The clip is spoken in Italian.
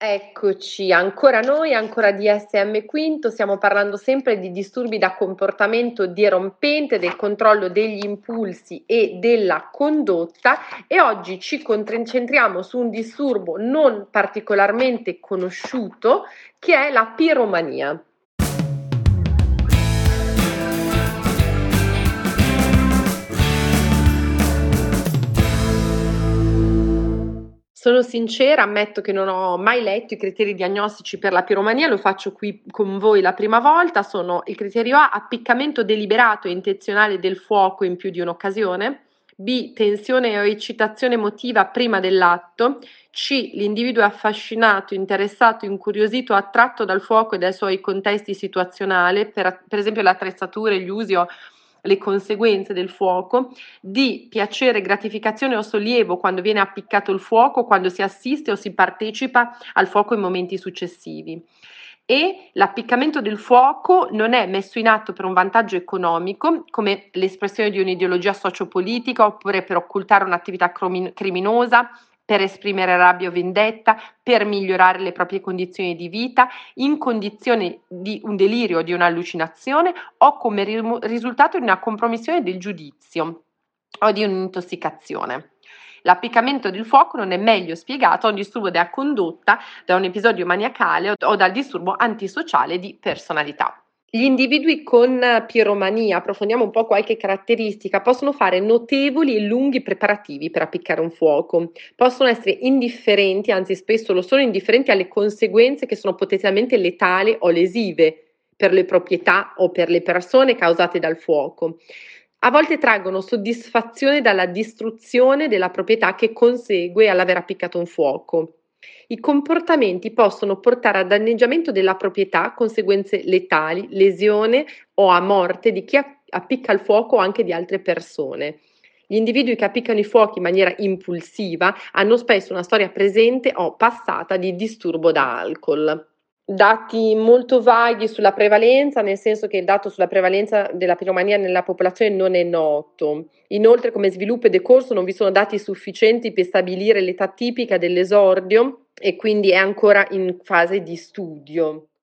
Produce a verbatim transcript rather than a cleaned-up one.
Eccoci, ancora noi, ancora D S M Quinto, stiamo parlando sempre di disturbi da comportamento dirompente, del controllo degli impulsi e della condotta, e oggi ci concentriamo su un disturbo non particolarmente conosciuto che è la piromania. Sono sincera, ammetto che non ho mai letto i criteri diagnostici per la piromania, lo faccio qui con voi la prima volta. Sono il criterio A: appiccamento deliberato e intenzionale del fuoco in più di un'occasione; B: tensione o eccitazione emotiva prima dell'atto; C: l'individuo è affascinato, interessato, incuriosito, attratto dal fuoco e dai suoi contesti situazionali, per, per esempio le attrezzature, gli usi o le conseguenze del fuoco; D: piacere, gratificazione o sollievo quando viene appiccato il fuoco, quando si assiste o si partecipa al fuoco in momenti successivi. E l'appiccamento del fuoco non è messo in atto per un vantaggio economico, come l'espressione di un'ideologia sociopolitica, oppure per occultare un'attività criminosa, per esprimere rabbia o vendetta, per migliorare le proprie condizioni di vita, in condizioni di un delirio o di un'allucinazione, o come ri- risultato di una compromissione del giudizio o di un'intossicazione. L'appiccamento del fuoco non è meglio spiegato a un disturbo della condotta, da un episodio maniacale o dal disturbo antisociale di personalità. Gli individui con piromania, approfondiamo un po' qualche caratteristica, possono fare notevoli e lunghi preparativi per appiccare un fuoco, possono essere indifferenti, anzi spesso lo sono, indifferenti alle conseguenze che sono potenzialmente letali o lesive per le proprietà o per le persone causate dal fuoco. A volte traggono soddisfazione dalla distruzione della proprietà che consegue all'aver appiccato un fuoco. I comportamenti possono portare a danneggiamento della proprietà, conseguenze letali, lesione o a morte di chi appicca il fuoco o anche di altre persone. Gli individui che appiccano i fuochi in maniera impulsiva hanno spesso una storia presente o passata di disturbo da alcol. Dati molto vaghi sulla prevalenza, nel senso che il dato sulla prevalenza della piromania nella popolazione non è noto. Inoltre, come sviluppo e decorso, non vi sono dati sufficienti per stabilire l'età tipica dell'esordio e quindi è ancora in fase di studio.